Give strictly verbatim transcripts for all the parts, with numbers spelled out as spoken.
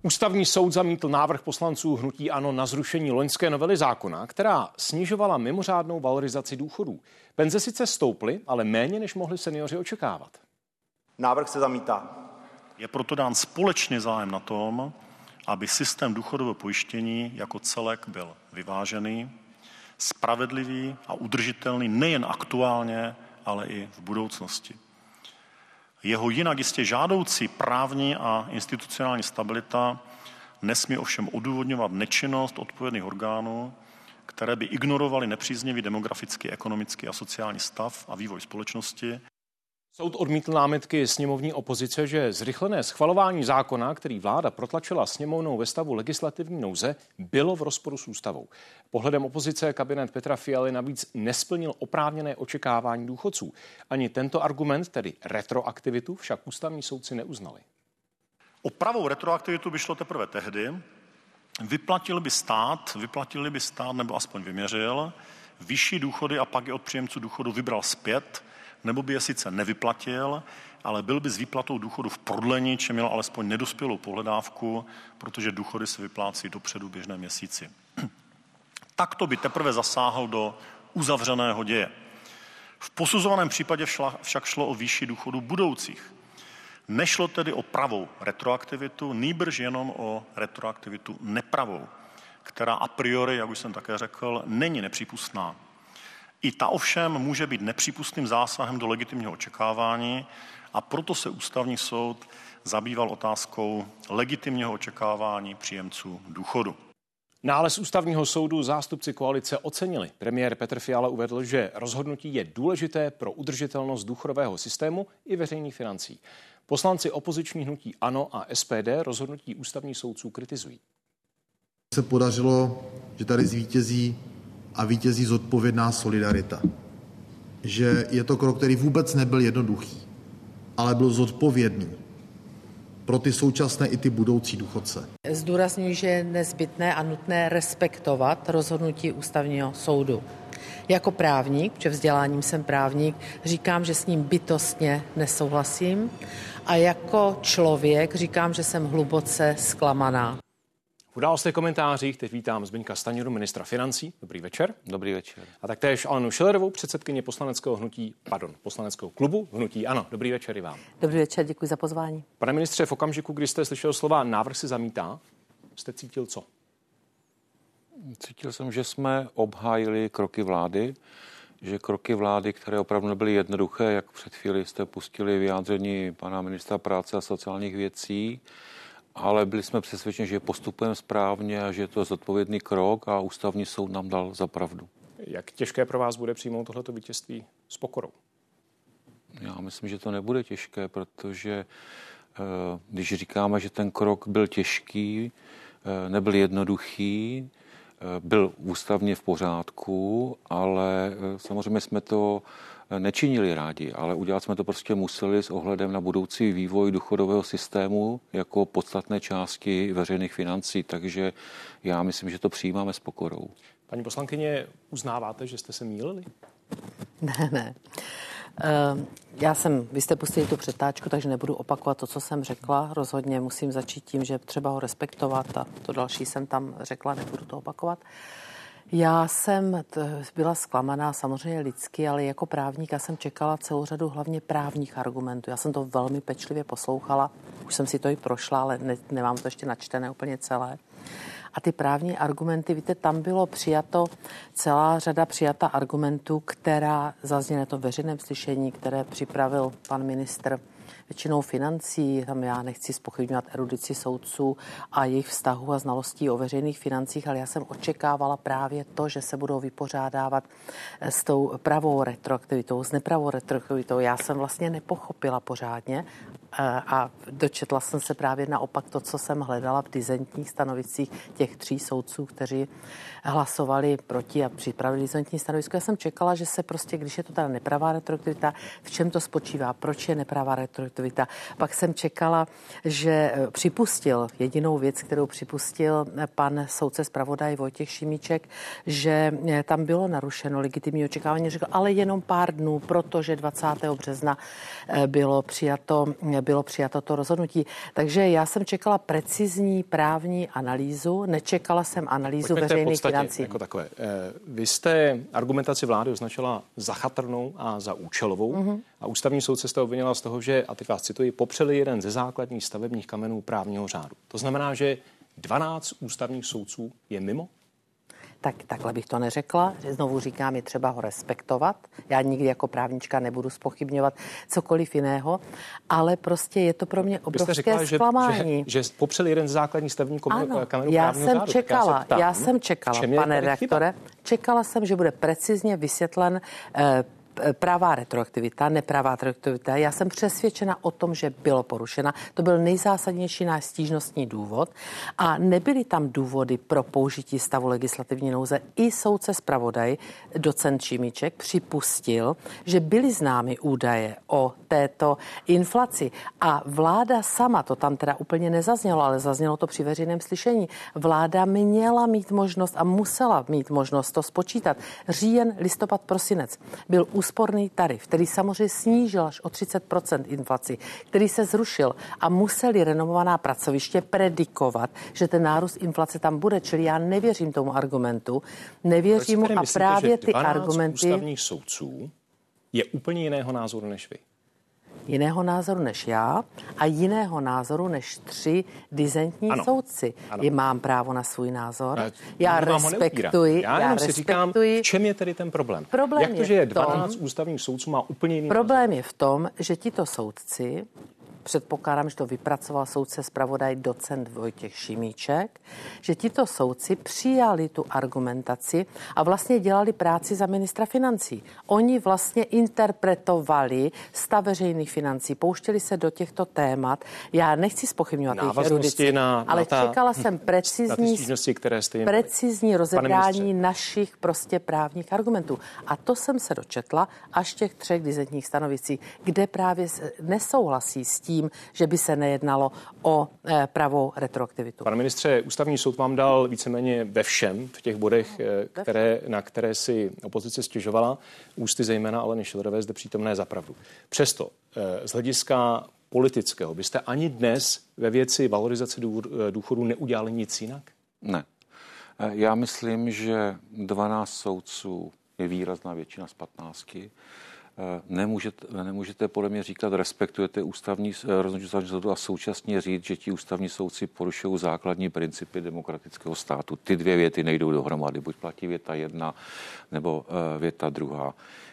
Ústavní soud zamítl návrh poslanců hnutí ANO na zrušení loňské novely zákona, která snižovala mimořádnou valorizaci důchodů. Penze sice stouply, ale méně, než mohli seniori očekávat. Návrh se zamítá. Je proto dán společný zájem na tom, aby systém důchodového pojištění jako celek byl vyvážený, spravedlivý a udržitelný nejen aktuálně, ale i v budoucnosti. Jeho jinak jistě žádoucí právní a institucionální stabilita nesmí ovšem odůvodňovat nečinnost odpovědných orgánů, které by ignorovaly nepříznivý demografický, ekonomický a sociální stav a vývoj společnosti. Soud odmítl námitky sněmovní opozice, že zrychlené schvalování zákona, který vláda protlačila sněmovnou ve stavu legislativní nouze, bylo v rozporu s ústavou. Pohledem opozice kabinet Petra Fialy navíc nesplnil oprávněné očekávání důchodců. Ani tento argument, tedy retroaktivitu, však ústavní soudci neuznali. O pravou retroaktivitu by šlo teprve tehdy, vyplatil by stát, vyplatil by stát nebo aspoň vyměřil vyšší důchody a pak je od příjemců důchodu vybral zpět, nebo by je sice nevyplatil, ale byl by s výplatou důchodu v prodlení, či měl alespoň nedospělou pohledávku, protože důchody se vyplácí dopředu běžné měsíci. Takto by teprve zasáhl do uzavřeného děje. V posuzovaném případě však šlo o výši důchodu budoucích. Nešlo tedy o pravou retroaktivitu, nýbrž jenom o retroaktivitu nepravou, která a priori, jak už jsem také řekl, není nepřípustná. I ta ovšem může být nepřípustným zásahem do legitimního očekávání a proto se ústavní soud zabýval otázkou legitimního očekávání příjemců důchodu. Nález ústavního soudu zástupci koalice ocenili. Premiér Petr Fiala uvedl, že rozhodnutí je důležité pro udržitelnost důchodového systému i veřejných financí. Poslanci opoziční hnutí ANO a S P D rozhodnutí ústavních soudců kritizují. Se podařilo, že tady zvítězí a vítězí zodpovědná solidarita. Že je to krok, který vůbec nebyl jednoduchý, ale byl zodpovědný pro ty současné i ty budoucí důchodce. Zdůrazňuji, že je nezbytné a nutné respektovat rozhodnutí ústavního soudu. Jako právník, protože vzděláním jsem právník, říkám, že s ním bytostně nesouhlasím a jako člověk říkám, že jsem hluboce zklamaná. V událostech komentářích teď vítám Zbyňka Stanjuru, ministra financí. Dobrý večer. Dobrý večer. A taktéž Alenu Schillerovou, předsedkyně poslaneckého hnutí, pardon, poslaneckého klubu hnutí ANO. Dobrý večer i vám. Dobrý večer, děkuji za pozvání. Pane ministře, v okamžiku, kdy jste slyšel slova návrh se zamítá, jste cítil co? Cítil jsem, že jsme obhájili kroky vlády, že kroky vlády, které opravdu nebyly jednoduché, jak před chvíli jste pustili vyjádření pana ministra práce a sociálních věcí, ale byli jsme přesvědčeni, že postupujeme správně a že je to zodpovědný krok a ústavní soud nám dal za pravdu. Jak těžké pro vás bude přijmout tohleto vítězství s pokorou? Já myslím, že to nebude těžké, protože když říkáme, že ten krok byl těžký, nebyl jednoduchý, byl ústavně v pořádku, ale samozřejmě jsme to nečinili rádi, ale udělat jsme to prostě museli s ohledem na budoucí vývoj důchodového systému jako podstatné části veřejných financí, takže já myslím, že to přijímáme s pokorou. Paní poslankyně, uznáváte, že jste se mýlili? Ne, ne. Uh, já jsem, vy jste pustili tu přetáčku, takže nebudu opakovat to, co jsem řekla. Rozhodně musím začít tím, že třeba ho respektovat a to další jsem tam řekla, nebudu to opakovat. Já jsem byla zklamaná samozřejmě lidsky, ale jako právník já jsem čekala celou řadu hlavně právních argumentů. Já jsem to velmi pečlivě poslouchala, už jsem si to i prošla, ale ne, nemám to ještě načtené úplně celé. A ty právní argumenty, víte, tam bylo přijato celá řada přijata argumentů, která zazněla to veřejném slyšení, které připravil pan ministr většinou financí, tam já nechci zpochybňovat erudici soudců a jejich vztahu a znalostí o veřejných financích, ale já jsem očekávala právě to, že se budou vypořádávat s tou pravou retroaktivitou, s nepravou retroaktivitou. Já jsem vlastně nepochopila pořádně a dočetla jsem se právě naopak to, co jsem hledala v dizentních stanovicích těch tří soudců, kteří hlasovali proti a připravili dizentní stanovisko. Já jsem čekala, že se prostě, když je to teda nepravá retroaktivita, v čem to spočívá, proč je nepravá retroaktivita, retroaktivita. Pak jsem čekala, že připustil jedinou věc, kterou připustil pan soudce zpravodaj Vojtěch Šimíček, že tam bylo narušeno legitimní očekávání. Řekl, ale jenom pár dnů, protože dvacátého března bylo přijato, bylo přijato to rozhodnutí. Takže já jsem čekala precizní právní analýzu, nečekala jsem analýzu Pojďme veřejných financí. Jako takové. Vy jste argumentaci vlády označila za chatrnou a za účelovou mm-hmm. a ústavní soudce jste obvinila z toho, že, a teď vás cituji, popřeli jeden ze základních stavebních kamenů právního řádu. To znamená, že dvanáct ústavních soudců je mimo? Tak takhle bych to neřekla. Znovu říkám, je třeba ho respektovat. Já nikdy jako právnička nebudu zpochybňovat cokoliv jiného, ale prostě je to pro mě obrovské říkala, zklamání. Že, že, že popřeli jeden ze základních stavebních kamenů právního já řádu. jsem čekala, já, se ptám, já jsem čekala, pane redaktore, čekala jsem, že bude precizně vysvětlen eh, pravá retroaktivita, nepravá retroaktivita. Já jsem přesvědčena o tom, že bylo porušena. To byl nejzásadnější náš stížnostní důvod a nebyly tam důvody pro použití stavu legislativní nouze. I soudce zpravodaj, docent Šimíček, připustil, že byly známy údaje o této inflaci a vláda sama, to tam teda úplně nezaznělo, ale zaznělo to při veřejném slyšení, vláda měla mít možnost a musela mít možnost to spočítat. Říjen, listopad, prosinec byl úsporný tarif, který samozřejmě snížil až o třicet procent inflaci, který se zrušil a museli renomovaná pracoviště predikovat, že ten nárůst inflace tam bude. Čili já nevěřím tomu argumentu, nevěřím mu a myslíte, právě ty dvanáct argumenty ústavních soudců je úplně jiného názoru než vy? Jiného názoru než já a jiného názoru než tři disentní ano. soudci. Ano. Je mám právo na svůj názor. Ale já respektuji. Já, já si říkám, v čem je tedy ten problém? Problém Jak to, že je dvanáct tom, ústavních soudců má úplně jiný Problém názor? je v tom, že tito soudci, předpokládám, že to vypracoval soudce zpravodaj docent Vojtěch Šimíček, že tito soudci přijali tu argumentaci a vlastně dělali práci za ministra financí. Oni vlastně interpretovali stav veřejných financí, pouštěli se do těchto témat. Já nechci zpochybňovat jejich erudici, na, ale na ta, čekala jsem precizní, které jste precizní rozebrání našich prostě právních argumentů. A to jsem se dočetla až těch třech disentních stanoviscích, kde právě nesouhlasí s tím, že by se nejednalo o e, pravou retroaktivitu. Pane ministře, ústavní soud vám dal víceméně ve všem, v těch bodech, no, které, na které si opozice stěžovala, ústy zejména Aleny Schillerové zde přítomné za pravdu. Přesto e, z hlediska politického byste ani dnes ve věci valorizace důchodu neudělali nic jinak? Ne. Já myslím, že dvanáct soudců je výrazná většina z patnácti. Nemůžete, nemůžete podle mě říkat, respektujete ústavní rozhodnutí ústavního soudu a současně říct, že ti ústavní soudci porušují základní principy demokratického státu. Ty dvě věty nejdou dohromady, buď platí věta jedna nebo uh, věta druhá.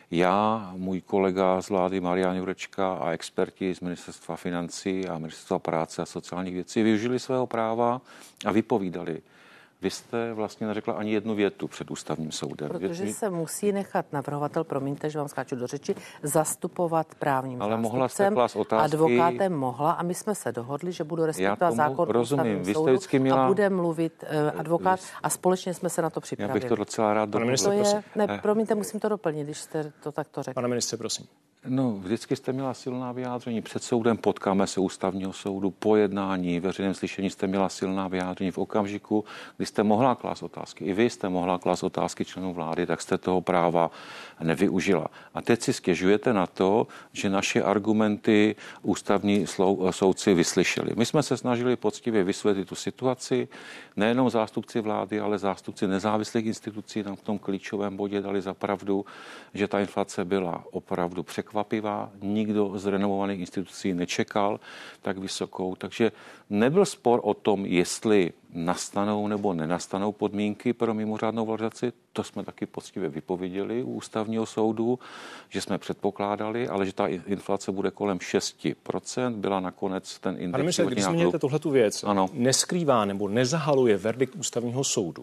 Já, můj kolega z vlády Marian Jurečka a experti z Ministerstva financí a Ministerstva práce a sociálních věcí využili svého práva a vypovídali. Vy jste vlastně neřekla ani jednu větu před ústavním soudem. Protože se musí nechat navrhovatel, promiňte, že vám skáču do řeči, zastupovat právním ale zástupcem, mohla jste otázky, advokátem mohla a my jsme se dohodli, že budu respektovat zákon rozumím. Vy soudu měla, a bude mluvit uh, advokát vy, a společně jsme se na to připravili. Já bych to docela rád doplnil. To je, ne, promiňte, musím to doplnit, když jste to takto řekl. Pane ministře, prosím. No, vždycky jste měla silná vyjádření. Před soudem potkáme se ústavního soudu, po jednání, veřejném slyšení jste měla silná vyjádření v okamžiku, kdy jste mohla klást otázky. I vy jste mohla klást otázky členů vlády, tak jste toho práva nevyužila. A teď si stěžujete na to, že naše argumenty ústavní soudci vyslyšeli. My jsme se snažili poctivě vysvětlit tu situaci. Nejenom zástupci vlády, ale zástupci nezávislých institucí nám v tom klíčovém bodě dali za pravdu, že ta inflace byla opravdu překvapivá. Nikdo z renomovaných institucí nečekal tak vysokou. Takže nebyl spor o tom, jestli nastanou nebo nenastanou podmínky pro mimořádnou valorizaci. To jsme taky poctivě vypověděli u ústavního soudu, že jsme předpokládali, ale že ta inflace bude kolem šest procent, byla nakonec ten index. Pane ministře, když zmíníte tuhletu věc, ano. Neskrývá nebo nezahaluje verdikt ústavního soudu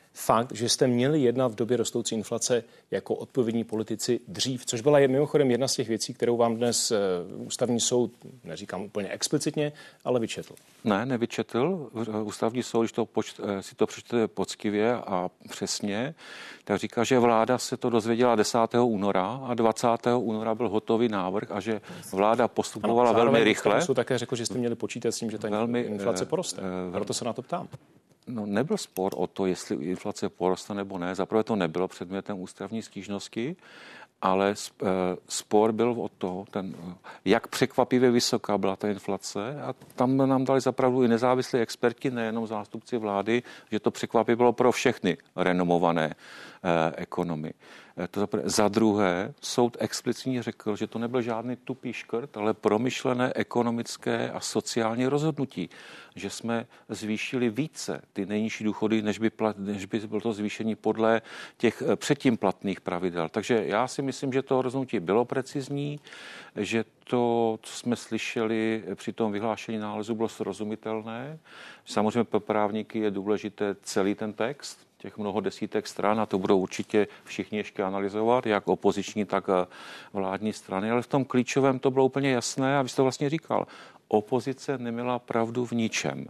fakt, že jste měli jednat v době rostoucí inflace jako odpovědní politici dřív, což byla mimochodem jedna z těch věcí, kterou vám dnes ústavní soud, neříkám úplně explicitně, ale vyčetl. Ne, nevyčetl. Ústavní soud, když to počt, si to přečtete poctivě a přesně, tak říká, že vláda se to dozvěděla desátého února a dvacátého února byl hotový návrh a že vláda postupovala ano, velmi rychle. Jsou také řekl, že jste měli počítat s tím, že ta velmi, inflace poroste. Uh, Proto se na to ptám. No, nebyl spor o to, jestli inflace poroste nebo ne. Zaprvé to nebylo předmětem ústavní stížnosti, ale spor byl o to, ten, jak překvapivě vysoká byla ta inflace a tam nám dali zapravdu i nezávislí experti, nejenom zástupci vlády, že to překvapivě bylo pro všechny renomované eh, ekonomy. To za druhé, soud explicitně řekl, že to nebyl žádný tupý škrt, ale promyšlené ekonomické a sociální rozhodnutí, že jsme zvýšili více ty nejnižší důchody, než by, plat, než by bylo to zvýšení podle těch předtím platných pravidel. Takže já si myslím, že to rozhodnutí bylo precizní, že to, co jsme slyšeli při tom vyhlášení nálezu, bylo srozumitelné. Samozřejmě pro právníky je důležité celý ten text, těch mnoho desítek stran a to budou určitě všichni ještě analyzovat, jak opoziční, tak vládní strany, ale v tom klíčovém to bylo úplně jasné a vy jste to vlastně říkal, opozice neměla pravdu v ničem,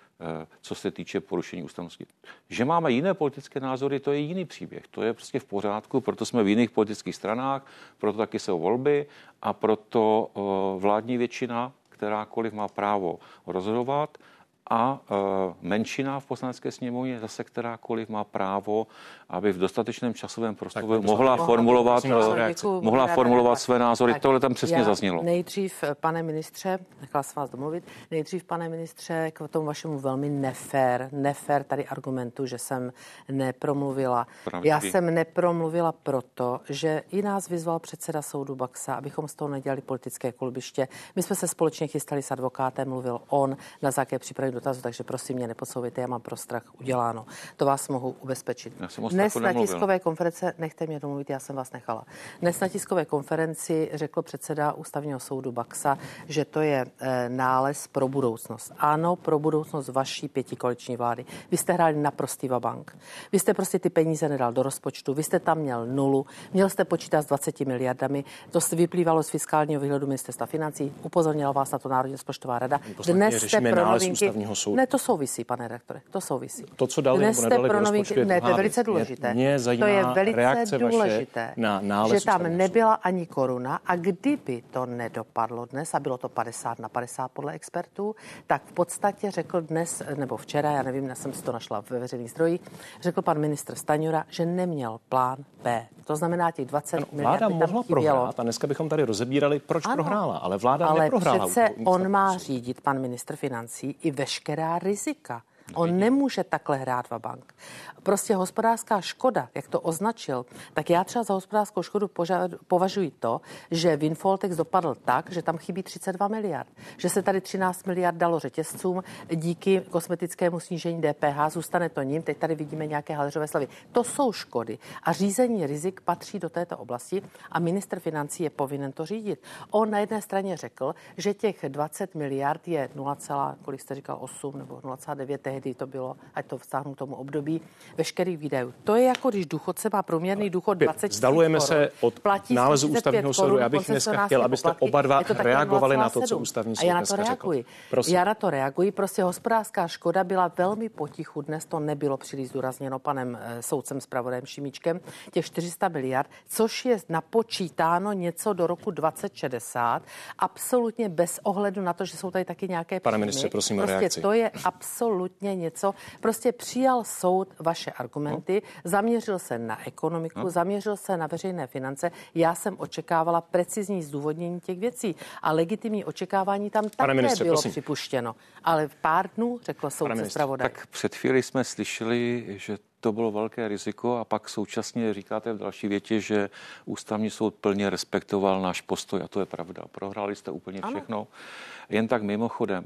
co se týče porušení ústavnosti. Že máme jiné politické názory, to je jiný příběh, to je prostě v pořádku, proto jsme v jiných politických stranách, proto taky jsou volby a proto vládní většina, kterákoliv má právo rozhodovat, a e, menšina v poslanecké sněmovně zase kterákoliv má právo, aby v dostatečném časovém prostoru mohla formulovat, děkuji, mohla formulovat své názory. Tak, tohle tam přesně zaznělo. Nejdřív, pane ministře, nechala jsem vás domluvit, nejdřív, pane ministře, k tomu vašemu velmi nefér, nefér tady argumentu, že jsem nepromluvila. Pravdivý. Já jsem nepromluvila proto, že i nás vyzval předseda soudu Baxa, abychom z toho nedělali politické kolbiště. My jsme se společně chystali s advokátem, mluvil on na základě přípravy dotazu, takže prosím mě nepodsouvejte, já mám pro strach uděláno. To vás mohu ubezpečit. Dnes na tiskové konference, nechte mě domluvit, já jsem vás nechala. Dnes na tiskové konferenci řekl předseda ústavního soudu Baxa, že to je e, nález pro budoucnost. Ano, pro budoucnost vaší pětikoaliční vlády. Vy jste hráli naprostý vabank. Vy jste prostě ty peníze nedal do rozpočtu, vy jste tam měl nulu, měl jste počítat s dvaceti miliardami, to vyplývalo z fiskálního výhledu ministerstva financí, upozornila vás na to Národní rozpočtová rada. Dnes jste pro novinky soudu. Ne, to souvisí, pane redaktore, to souvisí. To, co dali Dnes nebo nedali do rozpočtu, je ne, to je velice důležité. Mě, mě zajímá to je velice reakce důležité, na nález že tam nebyla ani koruna a kdyby to nedopadlo dnes a bylo to padesát na padesát podle expertů, tak v podstatě řekl dnes, nebo včera, já nevím, já jsem si to našla ve veřejných zdrojích, řekl pan ministr Stanjura, že neměl plán B. To znamená těch dvacet ano, miliard vláda by tam mohla chybělo. Prohrát a dneska bychom tady rozebírali, proč ano, prohrála, ale vláda ale neprohrála. Ale přece on má řídit, pan ministr financí, i veškerá rizika. On nemůže takhle hrát vabank. Prostě hospodářská škoda, jak to označil, tak já třeba za hospodářskou škodu považuji to, že windfall tax dopadl tak, že tam chybí třicet dva miliard. Že se tady třináct miliard dalo řetězcům díky kosmetickému snížení D P H, zůstane to ním, teď tady vidíme nějaké haléřové slavy. To jsou škody a řízení rizik patří do této oblasti a ministr financí je povinen to řídit. On na jedné straně řekl, že těch dvacet miliard je nula, kolik jste říkal, osm nebo nula celá devět, tehdy to bylo, ať to vztáhnu k tomu období, veškerých výdajů. To je jako když důchodce má průměrný důchod dvacet tisíc Zdalujeme korun, se od nálezu ústavního soudu. Já bych dneska chtěl, abyste oba dva reagovali na to, co ústavní soud dneska řekl. A já na to reaguji. Prosím. Já na to reaguji. Prostě hospodářská škoda byla velmi potichu. Dnes to nebylo příliš zdůrazněno panem soudcem zpravodajem Šimíčkem. Těch čtyři sta miliard, což je napočítáno něco do roku dvacet šedesát, absolutně bez ohledu na to, že jsou tady taky nějaké Pane ministře, prosím o reakci. Prostě to je absolutně něco. Prostě přijal soud vaše argumenty, no. zaměřil se na ekonomiku, no. zaměřil se na veřejné finance. Já jsem očekávala precizní zdůvodnění těch věcí a legitimní očekávání tam také ministře, bylo prosím. připuštěno. Ale v pár dnů řekl soudce zpravodaj. Tak před chvíli jsme slyšeli, že to bylo velké riziko a pak současně říkáte v další větě, že ústavní soud plně respektoval náš postoj a to je pravda. Prohráli jste úplně všechno. Ano. Jen tak mimochodem,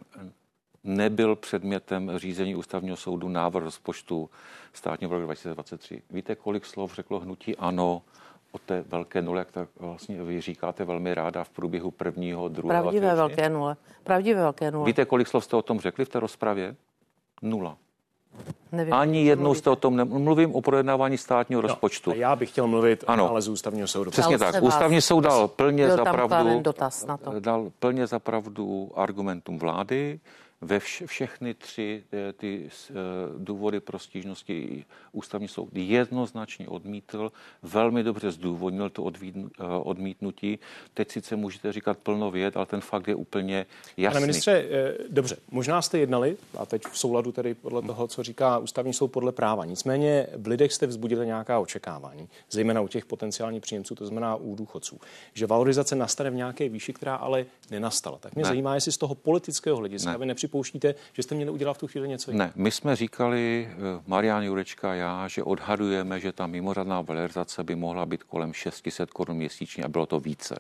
nebyl předmětem řízení ústavního soudu návrh rozpočtu státního roku dva tisíce dvacet tři. Víte, kolik slov řeklo hnutí ANO o té velké nule, jak tak vlastně vy říkáte velmi ráda v průběhu prvního, druhého. Pravdivé velké nule. Pravdivé velké nule. Víte, kolik slov jste o tom řekli v té rozpravě? Nula. Nevím, Ani jednou jste o tom nemluvím o projednávání státního no, rozpočtu. A já bych chtěl mluvit ano. o nálezu ústavního soudu. Přesně tak. Ústavní soud dal plně za pravdu, dotaz na to. dal plně za pravdu argumentům vlády. Ve vš- všechny tři ty důvody pro stížnosti ústavní soud jednoznačně odmítl, velmi dobře zdůvodnil to odvídnu, odmítnutí. Teď sice můžete říkat plno vět, ale ten fakt je úplně jasný. Pane ministře, dobře, možná jste jednali, a teď v souladu tedy podle toho, co říká ústavní soud podle práva. Nicméně v lidech jste vzbudili nějaká očekávání, zejména u těch potenciálních příjemců, to znamená u důchodců, že valorizace nastane v nějaké výši, která ale nenastala. Tak mě ne. zajímá, jestli z toho politického hlediska vy nepřipouštíte, že jste měli udělat v tu chvíli něco jiného. Ne, my jsme říkali, Marian Jurečka a já, že odhadujeme, že ta mimořádná valorizace by mohla být kolem šest set korun měsíčně a bylo to více.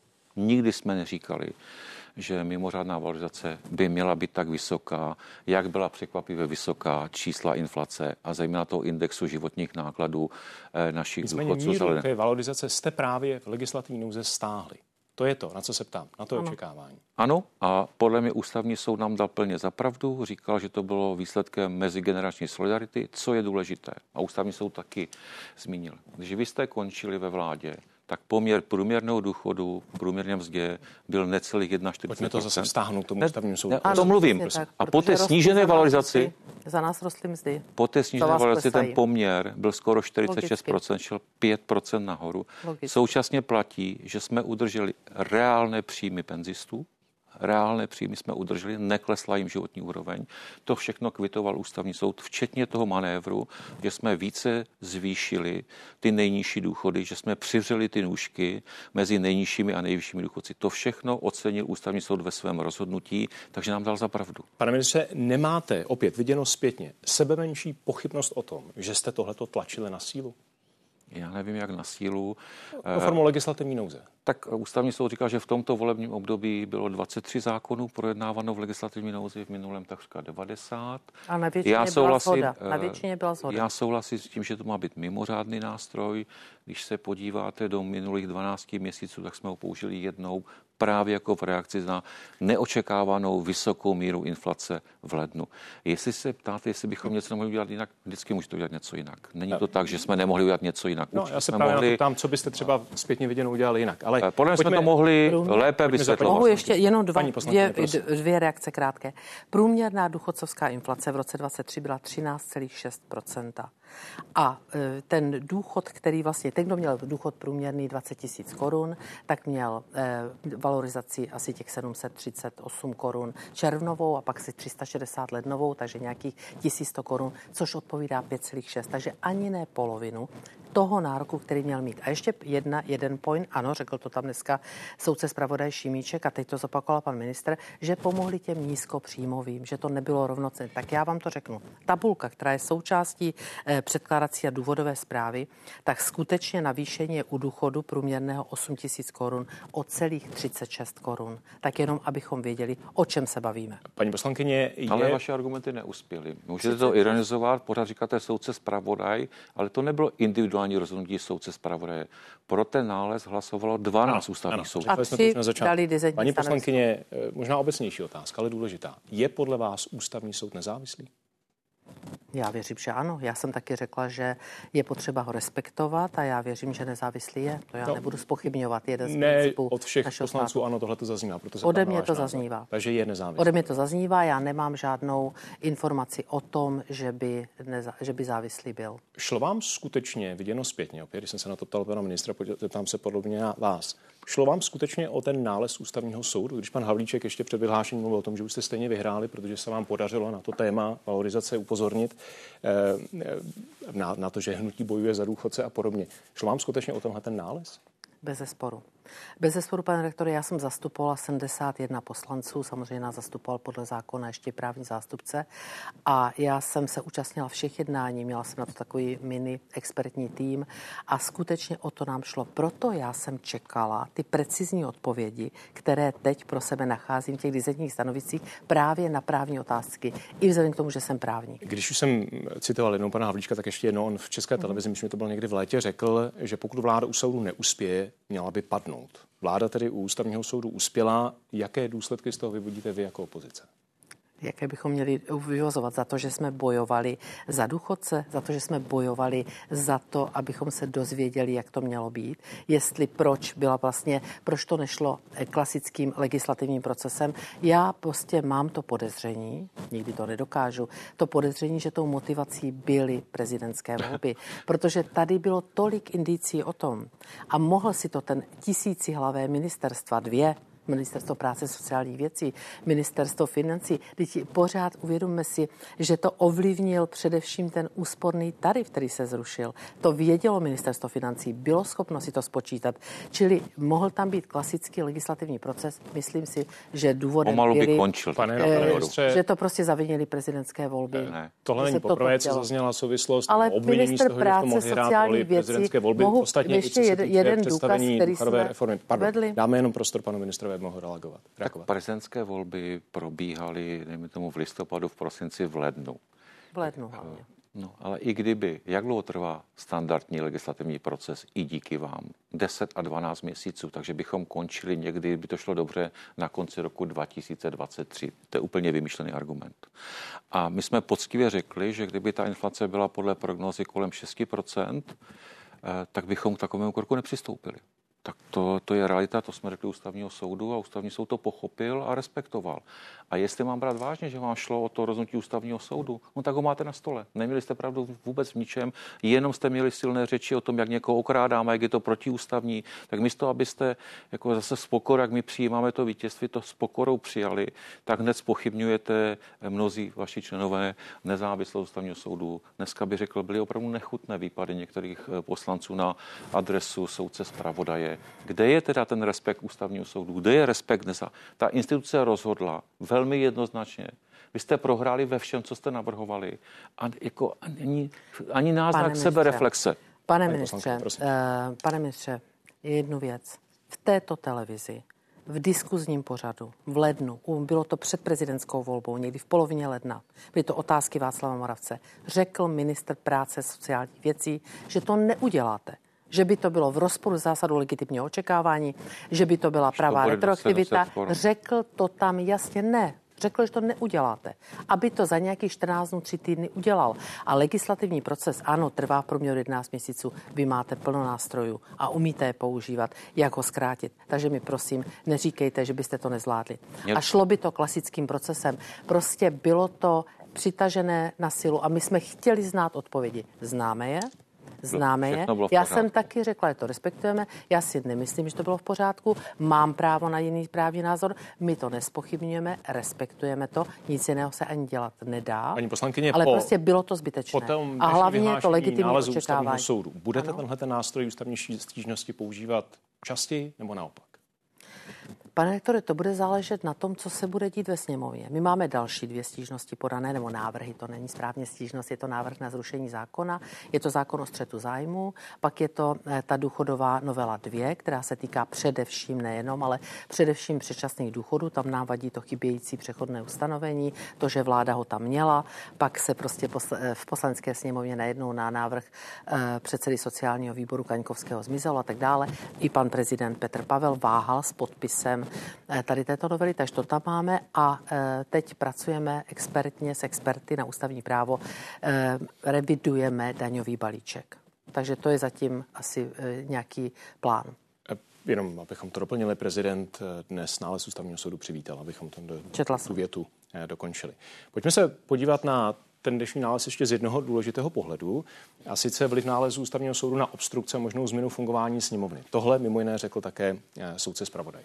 Nikdy jsme neříkali, že mimořádná valorizace by měla být tak vysoká, jak byla překvapivě vysoká čísla inflace a zejména toho indexu životních nákladů eh, našich důchodců. Nicméně míru té valorizace jste právě v legislativní nouze stáhli. To je to, na co se ptám, na to ano. očekávání. Ano, a podle mě ústavní soud nám dal plně za pravdu, říkal, že to bylo výsledkem mezigenerační solidarity, co je důležité. A ústavní soud taky zmínil. Když vy jste končili ve vládě, tak poměr průměrného důchodu v průměrné mzdě byl necelých čtyřicet jedna procent. Pojďme to zase vztáhnout tomu ústavnímu soudu. Ne, to mluvím. Tak, a po té snížené valorizaci za nás rostly mzdy. Po té snížené valorizaci ten poměr byl skoro čtyřicet šest procent, šel pět procent nahoru. Logicky. Současně platí, že jsme udrželi reálné příjmy penzistů, reálné příjmy jsme udrželi, neklesla jim životní úroveň. To všechno kvitoval ústavní soud, včetně toho manévru, že jsme více zvýšili ty nejnižší důchody, že jsme přivřeli ty nůžky mezi nejnižšími a nejvyššími důchodci. To všechno ocenil ústavní soud ve svém rozhodnutí, takže nám dal za pravdu. Pane ministře, nemáte opět viděno zpětně sebemenší pochybnost o tom, že jste tohleto tlačili na sílu? Já nevím, jak na sílu. No, formou legislativní nouze. Tak ústavní soud říkal, že v tomto volebním období bylo dvacet tři zákonů projednáváno v legislativní nouzi, v minulém takřka devadesát. A na většině já byla souhlasím, shoda. Na většině byla shoda. Já souhlasím s tím, že to má být mimořádný nástroj. Když se podíváte do minulých dvanácti měsíců, tak jsme ho použili jednou právě jako v reakci na neočekávanou vysokou míru inflace v lednu. Jestli se ptáte, jestli bychom něco nemohli udělat jinak, vždycky můžete udělat něco jinak. Není to tak, že jsme nemohli udělat něco jinak. No, já se právě mohli... tam, co byste třeba zpětně viděno udělali jinak. Ale podle mě jsme to mohli lépe vysvětlovat. Mohu ještě jenom dva, dvě, dvě reakce krátké. Průměrná důchodcovská inflace v roce dvacet tři byla třináct celá šest procenta. A ten důchod, který vlastně, ten, kdo měl důchod průměrný dvacet tisíc korun, tak měl eh, valorizaci asi těch sedm set třicet osm korun červnovou a pak si tři sta šedesát lednovou, takže nějakých tisíc sto korun, což odpovídá pět celá šest. Takže ani ne polovinu toho nároku, který měl mít. A ještě jedna, jeden point, ano, řekl to tam dneska soudce zpravodaj Šimíček a teď to zopakoval pan ministr, že pomohli těm nízkopříjmovým, že to nebylo rovnocenné. Tak já vám to řeknu. Tabulka, která je součástí eh, předkládací a důvodové zprávy, tak skutečně navýšení je u důchodu průměrného osm tisíc korun o celých třicet šest korun. Tak jenom, abychom věděli, o čem se bavíme. Paní poslankyně, je... Ale vaše argumenty neuspěly. Můžete to ironizovat, pořád říkáte soudce zpravodaj, ale to nebylo individuální rozhodnutí soudce zpravodaje. Pro ten nález hlasovalo dvanáct ústavních soudců. A tři dali dizentní. Paní poslankyně, možná obecnější otázka, ale důležitá. Je podle vás ústavní soud nezávislý? Já věřím, že ano. Já jsem taky řekla, že je potřeba ho respektovat a já věřím, že nezávislý je. To já no, nebudu zpochybňovat. Jeden z ne, od všech poslanců státu. Ano, tohle to zaznívá. Proto se Ode mě to zaznívá. Názor. Takže je nezávislý. Ode mě to zaznívá. Já nemám žádnou informaci o tom, že by, neza, že by závislý byl. Šlo vám skutečně, viděno zpětně, opět, když jsem se na to ptal pana ministra, zeptám se podobně na vás. Šlo vám skutečně o ten nález ústavního soudu, když pan Havlíček ještě před vyhlášením mluvil o tom, že už jste stejně vyhráli, protože se vám podařilo na to téma valorizace upozornit, na, na to, že hnutí bojuje za důchodce a podobně. Šlo vám skutečně o tenhle ten nález? Bez zesporu. Bez zesporu, pane rektore, já jsem zastupovala sedmdesát jedna poslanců, samozřejmě nás zastupoval podle zákona ještě právní zástupce a já jsem se účastnila všech jednání, měla jsem na to takový mini expertní tým a skutečně o to nám šlo. Proto já jsem čekala ty precizní odpovědi, které teď pro sebe nacházím v těch dizentních stanoviscích právě na právní otázky, i vzhledem k tomu, že jsem právník. Když už jsem citoval jednou pana Havlíčka, tak ještě jednou on v České televizi, myslím, že to byl někdy v létě, řekl, že pokud vláda u soudu neuspěje, měla by padnout. Vláda tedy u ústavního soudu uspěla. Jaké důsledky z toho vyvodíte vy jako opozice? jaké bychom měli vyvozovat? Za to, že jsme bojovali za důchodce, za to, že jsme bojovali za to, abychom se dozvěděli, jak to mělo být, jestli proč byla vlastně, proč to nešlo klasickým legislativním procesem. Já prostě mám to podezření, nikdy to nedokážu, to podezření, že tou motivací byly prezidentské volby, protože tady bylo tolik indicí o tom a mohl si to ten tisícihlavé ministerstva, dvě, Ministerstvo práce sociálních věcí, Ministerstvo financí. Teď pořád uvědomme si, že to ovlivnil především ten úsporný tarif, který se zrušil. To vědělo Ministerstvo financí, bylo schopno si to spočítat. Čili mohl tam být klasický legislativní proces. Myslím si, že důvodem Pomalu by byly, končil. Pane, eh, ministře, že to prostě zavinili prezidentské volby. Ne, ne. tohle není poprvé, co zazněla souvislost. Ale ministr práce sociálních věcí, prezidentské volby. mohu Ostatně ještě jeden, jeden důkaz, který jsme reformy. Pardon, vedli. dáme jenom prostor panu ministrovi, aby mohl reagovat. Tak prezidentské volby probíhaly, dejme tomu, v listopadu, v prosinci, v lednu. V lednu hlavně. No, ale i kdyby, jak dlouho trvá standardní legislativní proces, i díky vám, deset a dvanáct měsíců, takže bychom končili někdy, by to šlo dobře, na konci roku dva tisíce dvacet tři. To je úplně vymyšlený argument. A my jsme poctivě řekli, že kdyby ta inflace byla podle prognózy kolem šest procent, tak bychom k takovému kroku nepřistoupili. Tak to, to je realita, to jsme řekli ústavního soudu a ústavní soud to pochopil a respektoval. A jestli mám brát vážně, že vám šlo o to rozhodnutí ústavního soudu, no tak ho máte na stole. Neměli jste pravdu vůbec v ničem, jenom jste měli silné řeči o tom, jak někoho okrádáme, jak je to protiústavní. Tak místo, abyste jako zase s pokorou, jak my přijímáme to vítězství, to s pokorou přijali, tak hned zpochybňujete mnozí vaši členové nezávislého ústavního soudu. Dneska by řekl, byly opravdu nechutné výpady některých poslanců na adresu soudce zpravodaje. Kde je teda ten respekt ústavního soudu? Kde je respekt dnes? Ta instituce rozhodla velmi jednoznačně. Vy jste prohráli ve všem, co jste navrhovali. A jako ani, ani náznak sebereflexe. Pane ministře, uh, pane ministře, je jednu věc. V této televizi, v diskuzním pořadu, v lednu, bylo to před prezidentskou volbou, někdy v polovině ledna, byly to otázky Václava Moravce, řekl ministr práce sociálních věcí, že to neuděláte. Že by to bylo v rozporu s zásadou legitimního očekávání, že by to byla pravá retroaktivita. Řekl to tam jasně ne. Řekl, že to neuděláte. Aby to za nějakých čtrnáct dnů, tři týdny udělal. A legislativní proces, ano, trvá v průměru jedenáct měsíců. Vy máte plno nástrojů a umíte je používat, jak ho zkrátit. Takže mi prosím, neříkejte, že byste to nezvládli. A šlo by to klasickým procesem. Prostě bylo to přitažené na silu a my jsme chtěli znát odpovědi. Známe je? Známe je. Já jsem taky řekla, že to respektujeme. Já si nemyslím, že to bylo v pořádku. Mám právo na jiný právní názor. My to nespochybňujeme, respektujeme to. Nic jiného se ani dělat nedá. Paní poslankyně, ale po, prostě bylo to zbytečné. A hlavně to legitimní očekávání. Soudu. Budete ano? tenhle ten nástroj ústavní stížnosti používat častěji nebo naopak? Pane rektore, to bude záležet na tom, co se bude dít ve sněmovně. My máme další dvě stížnosti podané, nebo návrhy, to není správně stížnost, je to návrh na zrušení zákona, je to zákon o střetu zájmu, pak je to ta důchodová novela dvě, která se týká především nejenom, ale především předčasných důchodů, tam nám vadí to chybějící přechodné ustanovení, to, že vláda ho tam měla, pak se prostě v poslanecké sněmovně najednou na návrh předsedy sociálního výboru Kaňkovského zmizelo a tak dále. I pan prezident Petr Pavel váhal s podpisem tady této novely, takže to tam máme a teď pracujeme expertně s experty na ústavní právo, revidujeme daňový balíček. Takže to je zatím asi nějaký plán. Jenom, abychom to doplnili, prezident dnes nález ústavního soudu přivítal, abychom to do, tu větu dokončili. Pojďme se podívat na ten dnešní nález ještě z jednoho důležitého pohledu, a sice vliv nálezu ústavního soudu na obstrukce a možnou změnu fungování sněmovny. Tohle mimo jiné řekl také soudce zpravodaj.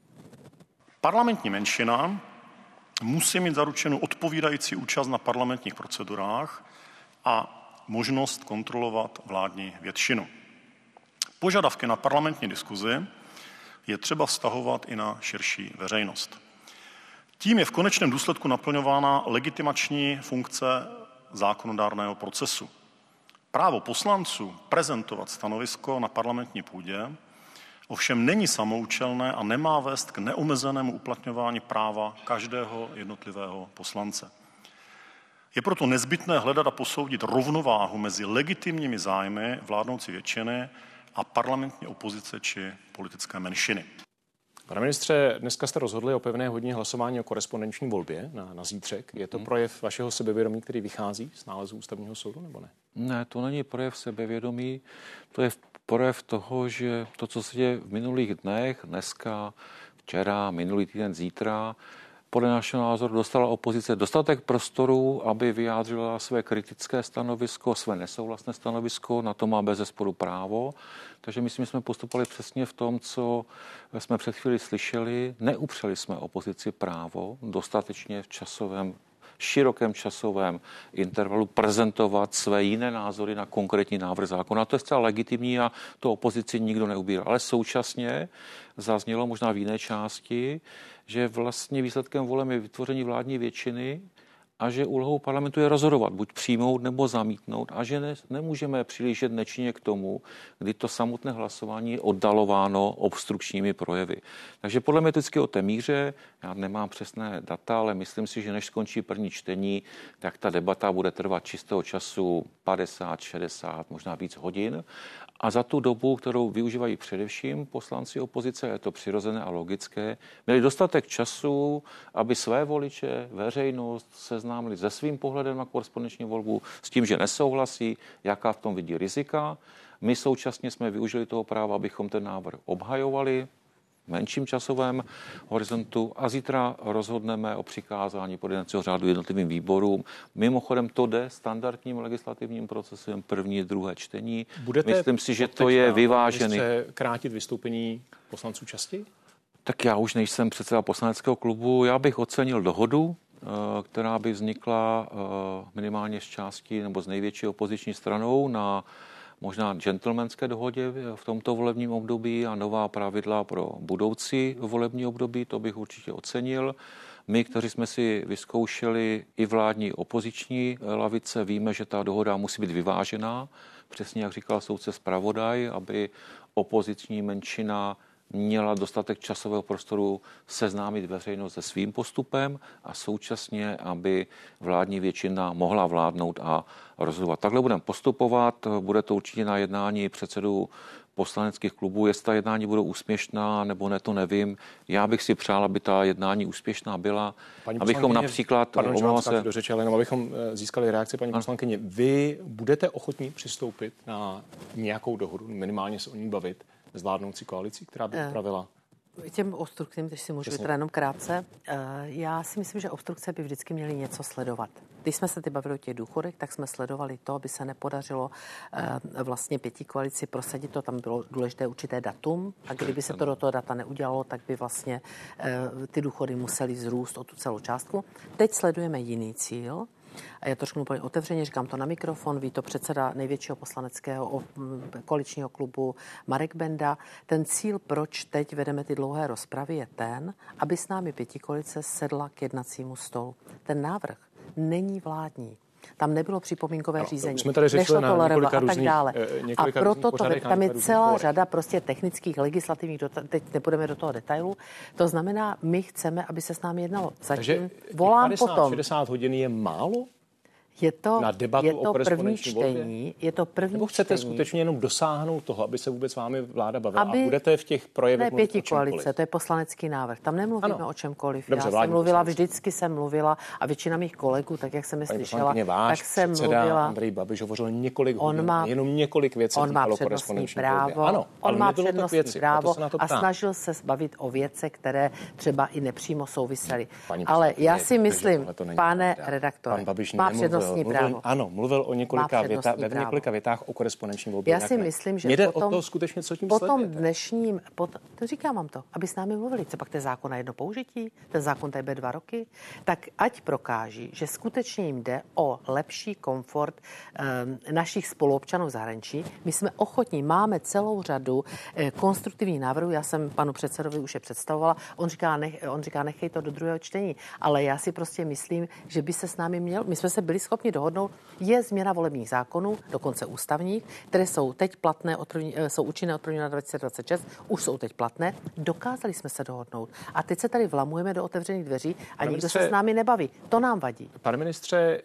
Parlamentní menšina musí mít zaručenou odpovídající účast na parlamentních procedurách a možnost kontrolovat vládní většinu. Požadavky na parlamentní diskuzi je třeba vztahovat i na širší veřejnost. Tím je v konečném důsledku naplňována legitimační funkce zákonodárného procesu. Právo poslanců prezentovat stanovisko na parlamentní půdě ovšem není samoučelné a nemá vést k neomezenému uplatňování práva každého jednotlivého poslance. Je proto nezbytné hledat a posoudit rovnováhu mezi legitimními zájmy vládnoucí většiny a parlamentní opozice či politické menšiny. Pane ministře, dneska jste rozhodli o pevné hodině hlasování o korespondenční volbě na, na zítřek. Je to hmm. projev vašeho sebevědomí, který vychází z nálezu Ústavního soudu, nebo ne? Ne, to není projev sebevědomí. To je projev toho, že to, co se děje v minulých dnech, dneska, včera, minulý týden, zítra, podle našeho názoru dostala opozice dostatek prostoru, aby vyjádřila své kritické stanovisko, své nesouhlasné stanovisko, na to má bezesporu právo. Takže myslím, že jsme postupovali přesně v tom, co jsme před chvíli slyšeli. Neupřeli jsme opozici právo dostatečně v časovém širokém časovém intervalu prezentovat své jiné názory na konkrétní návrh zákona. To je zcela legitimní a to opozici nikdo neubírá. Ale současně zaznělo možná v jiné části, že vlastně výsledkem voleb je vytvoření vládní většiny a že úlohou parlamentu je rozhodovat, buď přijmout nebo zamítnout a že ne, nemůžeme přihlížet nečinně k tomu, kdy to samotné hlasování je oddalováno obstrukčními projevy. Takže podle mě vždycky o té míře, já nemám přesné data, ale myslím si, že než skončí první čtení, tak ta debata bude trvat čistého času padesát, šedesát, možná víc hodin. A za tu dobu, kterou využívají především poslanci opozice, je to přirozené a logické, měli dostatek času, aby své voliče, veřejnost seznámili se svým pohledem na korespondenční volbu, s tím, že nesouhlasí, jaká v tom vidí rizika. My současně jsme využili toho práva, abychom ten návrh obhajovali v menším časovém horizontu a zítra rozhodneme o přikázání podle jednacího řádu jednotlivým výborům. Mimochodem to jde standardním legislativním procesem první, druhé čtení. Budete Myslím si, že to je vyvážený. Budete krátit vystoupení poslanců častěji? Tak já už nejsem předseda poslaneckého klubu. Já bych ocenil dohodu, která by vznikla minimálně z části nebo z největší opoziční stranou na možná gentlemanské dohodě v tomto volebním období a nová pravidla pro budoucí volební období, to bych určitě ocenil. My, kteří jsme si vyzkoušeli i vládní opoziční lavice, víme, že ta dohoda musí být vyvážená, přesně jak říkal soudce zpravodaj, aby opoziční menšina měla dostatek časového prostoru seznámit veřejnost se svým postupem a současně, aby vládní většina mohla vládnout a rozhodovat. Takhle budeme postupovat, bude to určitě na jednání předsedů poslaneckých klubů. Jestli ta jednání budou úspěšná nebo ne, to nevím. Já bych si přál, aby ta jednání úspěšná byla, paní abychom například... Pardon, se do řeči, ale jenom abychom získali reakci, paní poslankyně. Vy budete ochotní přistoupit na nějakou dohodu, minimálně se o ní bavit, s vládnoucí koalicí, která by upravila? Těm obstrukcím, když si můžu teda jenom krátce. Já si myslím, že obstrukce by vždycky měly něco sledovat. Když jsme se ty bavili o těch důchodech, tak jsme sledovali to, aby se nepodařilo vlastně pětí koalici prosadit to. Tam bylo důležité určité datum a kdyby se to do toho data neudělalo, tak by vlastně ty důchody musely vzrůst o tu celou částku. Teď sledujeme jiný cíl. A já to řeknu úplně otevřeně, říkám to na mikrofon, ví to předseda největšího poslaneckého koaličního klubu Marek Benda. Ten cíl, proč teď vedeme ty dlouhé rozpravy, je ten, aby s námi pětikoalice sedla k jednacímu stolu. Ten návrh není vládní. Tam nebylo připomínkové no, řízení. Jsme tady řešili na několika a tak dále. Různých, a proto to, tam je celá pořadech. řada prostě technických, legislativních, teď nepůjdeme do toho detailu. To znamená, my chceme, aby se s námi jednalo. Zatím Takže volám padesát, potom. šedesát hodin je málo? Je to, na debatu je to o první čtení, je to první Nebo chcete čtení. skutečně jenom dosáhnout toho, aby se vůbec s vámi vláda bavila aby, a budete v těch projevech ne pěti koalice, to je poslanecký návrh. Tam nemluvíme ano. o čemkoliv. Dobře, Já jsem mluvila, poslanec. Vždycky jsem mluvila a většina mých kolegů, tak jak jsem je slyšela, váš tak jsem předseda mluvila. Andrej Babiš hovořil několik on hodin, má, jenom několik věcí. On má přednostní právo, ano, on má přednostní věci, právo a, a snažil se bavit o věcech, které třeba i nepřímo souvisely. Ale já si myslím, pane redaktor, má přednostní právo. Ano, mluvil o několika, věta, ve několika větách o korespondenční volbě. Já si myslím, že jde potom, o to skutečně, co tím potom sledujete. dnešním, pot, to říkám vám to, aby s námi mluvili, co pak ten zákon na jedno použití, ten zákon tady bude dva roky, tak ať prokáží, že skutečně jim jde o lepší komfort um, našich spoluobčanů v zahraničí. My jsme ochotní, máme celou řadu eh, konstruktivních návrhů, já jsem panu předsedovi už je představovala, on říká, nech, on říká, nechej to do druhého čtení, ale já si prostě myslím, že by se s námi měl, my jsme se byli schopni dohodnout, je změna volebních zákonů, dokonce ústavních, které jsou teď platné, od první, jsou účinné od prvního dva tisíce dvacet šest, už jsou teď platné. Dokázali jsme se dohodnout. A teď se tady vlamujeme do otevřených dveří a pane nikdo ministře, se s námi nebaví. To nám vadí. Pane ministře,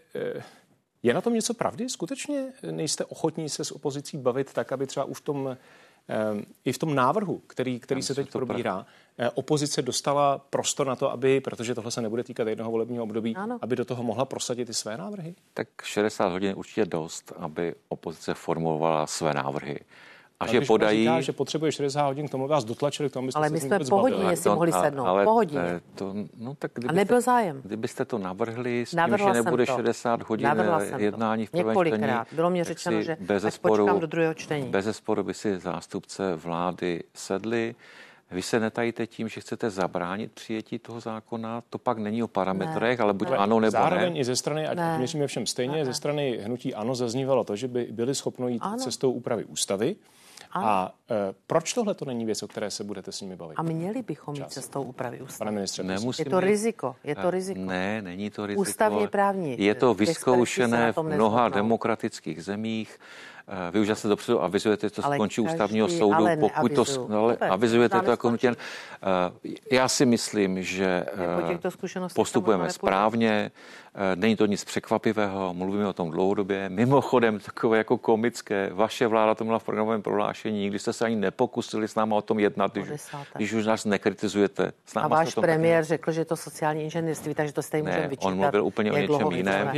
je na tom něco pravdy? Skutečně nejste ochotní se s opozicí bavit tak, aby třeba už v tom, i v tom návrhu, který, který se teď probírá, opozice dostala prostor na to, aby, protože tohle se nebude týkat jednoho volebního období, ano. aby do toho mohla prosadit i své návrhy? Tak šedesát hodin je určitě dost, aby opozice formulovala své návrhy. A ale že podají... Říká, že potřebuje šedesát hodin k tomu, vás dotlačili k tomu, abyste ale se my jsme po hodině si mohli sednout. Ale, po hodině. To, no, tak kdybyste, a nebyl zájem. Kdybyste to navrhli s Navrhla tím, že nebude to. šedesát hodin jednání v prvém čtení. Bylo mě řečeno, že bez ať zesporu, počkám do druhého čtení. Bez zesporu by si zástupce vlády sedli. Vy se netajíte tím, že chcete zabránit přijetí toho zákona, to pak není o parametrech, ne, ale buď ne. ano nebo Zároveň ne. Zároveň i ze strany, ať ne. měříme všem stejně, ne. ze strany hnutí ANO zaznívalo to, že by byli schopni jít ano. cestou úpravy ústavy. Ano. A e, proč tohle to není věc, o které se budete s nimi bavit? A měli bychom jít cestou úpravy ústavy. Pane ministře, je to riziko, je to riziko. Ne, není to riziko. Ústavně právní. Je to vyzkoušené v mnoha demokratických zemích. Vy už zase dopředu avizujete, že to ale skončí každý, ústavního soudu, ale pokud to ale avizujete to jako hnutí. Já si myslím, že postupujeme správně, není to nic překvapivého, mluvíme o tom dlouhodobě. Mimochodem, takové jako komické, vaše vláda to měla v programovém prohlášení, nikdy jste se ani nepokusili s náma o tom jednat, když, když už nás nekritizujete. S náma a váš premiér řekl, že to sociální inženýrství, takže to stejně můžeme vyčítat. On mluvil úplně o něčem jiném.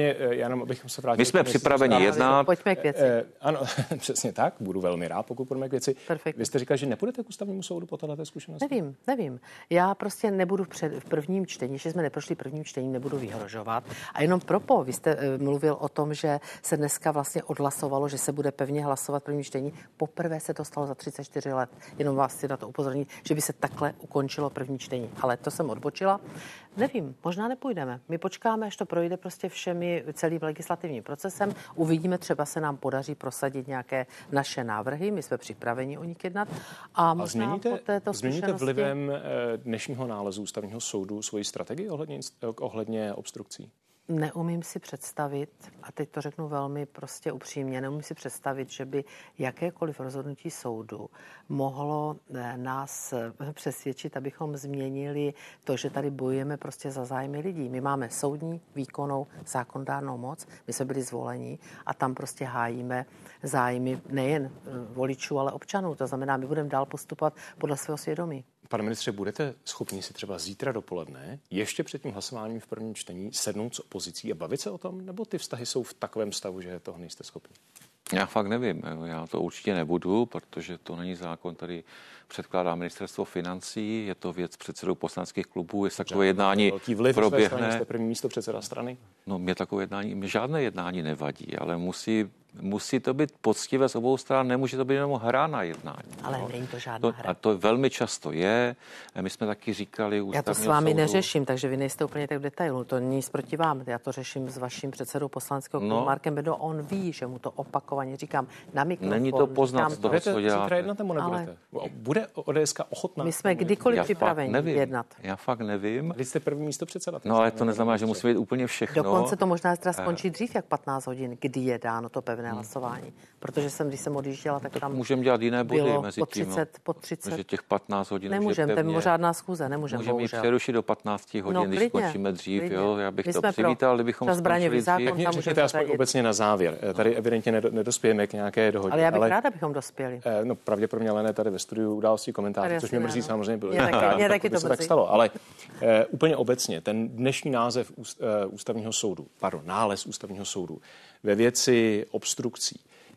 My jsme připraveni jednat. Pojďme k věci. Ano, přesně tak, budu velmi rád, pokud půjdeme k věci. Perfect. Vy jste říkal, že nepůjdete k ústavnímu soudu po této zkušenosti? Nevím, nevím. Já prostě nebudu v, před, v prvním čtení, že jsme neprošli prvním čtení, nebudu vyhrožovat. A jenom propo, vy jste uh, mluvil o tom, že se dneska vlastně odhlasovalo, že se bude pevně hlasovat první čtení. Poprvé se to stalo za třicet čtyři let. Jenom vás chci na to upozornit, že by se takhle ukončilo první čtení. Ale to jsem odbočila. Nevím, možná nepůjdeme. My počkáme, až to projde prostě všemi celým legislativním procesem. Uvidíme, třeba se nám podaří prosadit nějaké naše návrhy. My jsme připraveni o nich jednat. A, a změníte, po této změníte vlivem dnešního nálezu ústavního soudu svoji strategii ohledně, ohledně obstrukcí? Neumím si představit, a teď to řeknu velmi prostě upřímně, neumím si představit, že by jakékoliv rozhodnutí soudu mohlo nás přesvědčit, abychom změnili to, že tady bojujeme prostě za zájmy lidí. My máme soudní, výkonnou, zákonodárnou moc, my jsme byli zvoleni a tam prostě hájíme zájmy nejen voličů, ale občanů. To znamená, my budeme dál postupovat podle svého svědomí. Pane ministře, budete schopni si třeba zítra dopoledne, ještě před tím hlasováním v prvním čtení, sednout s opozicí a bavit se o tom? Nebo ty vztahy jsou v takovém stavu, že toho nejste schopni? Já fakt nevím. Já to určitě nebudu, protože to není zákon, který předkládá ministerstvo financí. Je to věc předsedů poslaneckých klubů. Jestli takové jednání vliv proběhne. Straně, jste první místo předseda strany? No, mě takové jednání, mě žádné jednání nevadí, ale musí Musí to být poctivé z obou stran, nemůže to být jenom hra na jednání. Ale no. Není to žádná to, hra. A to velmi často je. My jsme taky říkali ústavního Já to s vámi soudu. neřeším, takže vy nejste úplně tak v detailu. To nic proti vám. Já to řeším s vaším předsedou poslaneckého klubu no. Markem Bendou. On ví, že mu to opakovaně říkám na mikrofon. Není to poznat z toho, co děláte. Zítra jednat nebo nebudete? Ale... Bude O D S K ochotná? My jsme kdykoliv Já připraveni jednat. Já fakt nevím. Vy jste první místo předseda. No ale to neznamená, že musí být úplně všechno. Dokonce to možná teda skončí dřív jak patnáct hodin, kdy je dáno to pevné hmm. hlasování. Protože jsem, když jsem odjížděla, tak, tak tam můžeme dělat jiné body mezi po třicet, tím. Po třicet. Protože těch patnáct hodin nemůžeme, to je mimořádná schůze, nemůžeme. Můžeme ji přerušit do patnáct hodin, no, když skončíme dřív. Klidně. Jo, já bych My to přivítal, kdybychom skončili zákon, dřív. Řekněte aspoň obecně na závěr. Tady evidentně nedospějeme k nějaké dohodě. Ale já bych ale, ráda, abychom dospěli. No pravděpodobně ale ne tady ve studiu Událostí komentářů, což mě mrzí no. samozřejmě. Bylo, mě taky, mě taky to se tak stalo. Ale úplně obecně, ten dnešní název ústavního soudu, pardon, nález ústavního soudu ve věci obstrukcí,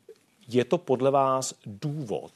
je to podle vás důvod,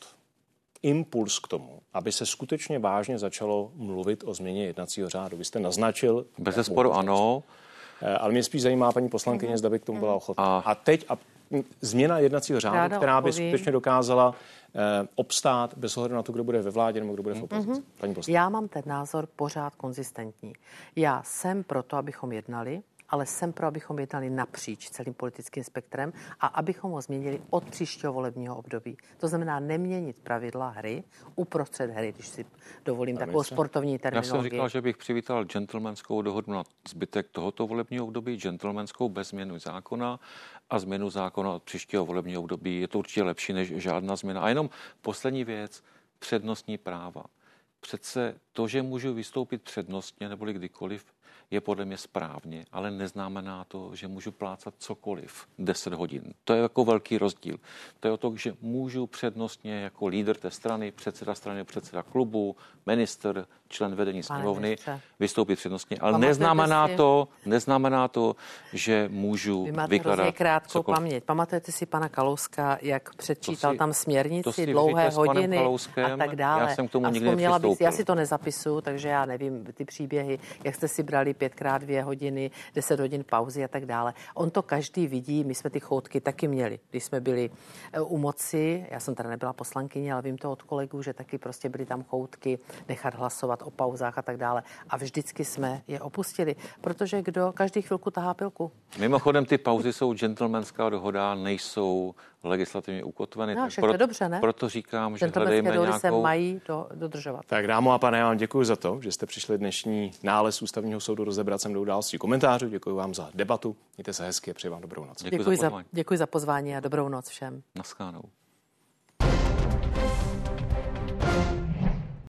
impuls k tomu, aby se skutečně vážně začalo mluvit o změně jednacího řádu? Vy jste naznačil... Bezesporu ano. Ale mě spíš zajímá paní poslankyně, zda by k tomu byla ochotná. A, a teď a změna jednacího řádu, Ráda která by odpovím. skutečně dokázala eh, obstát bez ohledu na to, kdo bude ve vládě nebo kdo bude v opozici. Mm-hmm. Paní poslankyně. Já mám ten názor pořád konzistentní. Já jsem proto, abychom jednali, ale jsem pro, abychom jednali napříč celým politickým spektrem a abychom ho změnili od příštího volebního období. To znamená neměnit pravidla hry uprostřed hry, když si dovolím a takovou sportovní terminologii. Já jsem říkal, že bych přivítal gentlemanskou dohodu na zbytek tohoto volebního období, gentlemanskou bez změny zákona a změnu zákona od příštího volebního období. Je to určitě lepší než žádná změna. A jenom poslední věc, přednostní práva. Přece to, že můžu vystoupit přednostně neboli kdykoliv, je podle mě správně, ale neznamená to, že můžu plácat cokoliv deset hodin. To je jako velký rozdíl. To je o to, že můžu přednostně jako lídr té strany, předseda strany, předseda klubu, minister člen vedení Pane sněmovny ministře. vystoupit přednostně, ale Pamatujete neznamená si- to, neznamená to, že můžu Vy máte hrozně vykládat krátkou cokoliv. paměť. Pamatujete si pana Kalouska, jak předčítal To si- tam to si směrnici, vyřiďte dlouhé s panem hodiny Kalouskem. a tak dále. Já jsem k tomu A nikdy vzpomněla bych si, nepřistoupil. já si to nezapisuju, takže já nevím ty příběhy, jak jste si brali pětkrát dvě hodiny, deset hodin pauzy a tak dále. On to každý vidí, my jsme ty choutky taky měli, když jsme byli eh, u moci. Já jsem teda nebyla poslankyně, ale vím to od kolegů, že taky prostě byly tam choutky nechat hlasovat o pauzách a tak dále. A vždycky jsme je opustili, protože kdo každý chvilku tahá pilku. Mimochodem, ty pauzy jsou gentlemanská dohoda, nejsou legislativně ukotveny. No, všechno je dobře, ne? Proto říkám, že Gentlemanské hledejme dohody se nějakou... mají do, dodržovat. Tak dámo a pane, já vám děkuji za to, že jste přišli dnešní nález Ústavního soudu rozebrat sem do událostí komentářů. Děkuji vám za debatu. Mějte se hezky a přeji vám dobrou noc. Děkuji, Děkuji, za za, pozvání. děkuji za pozvání a dobrou noc všem. Naschledanou.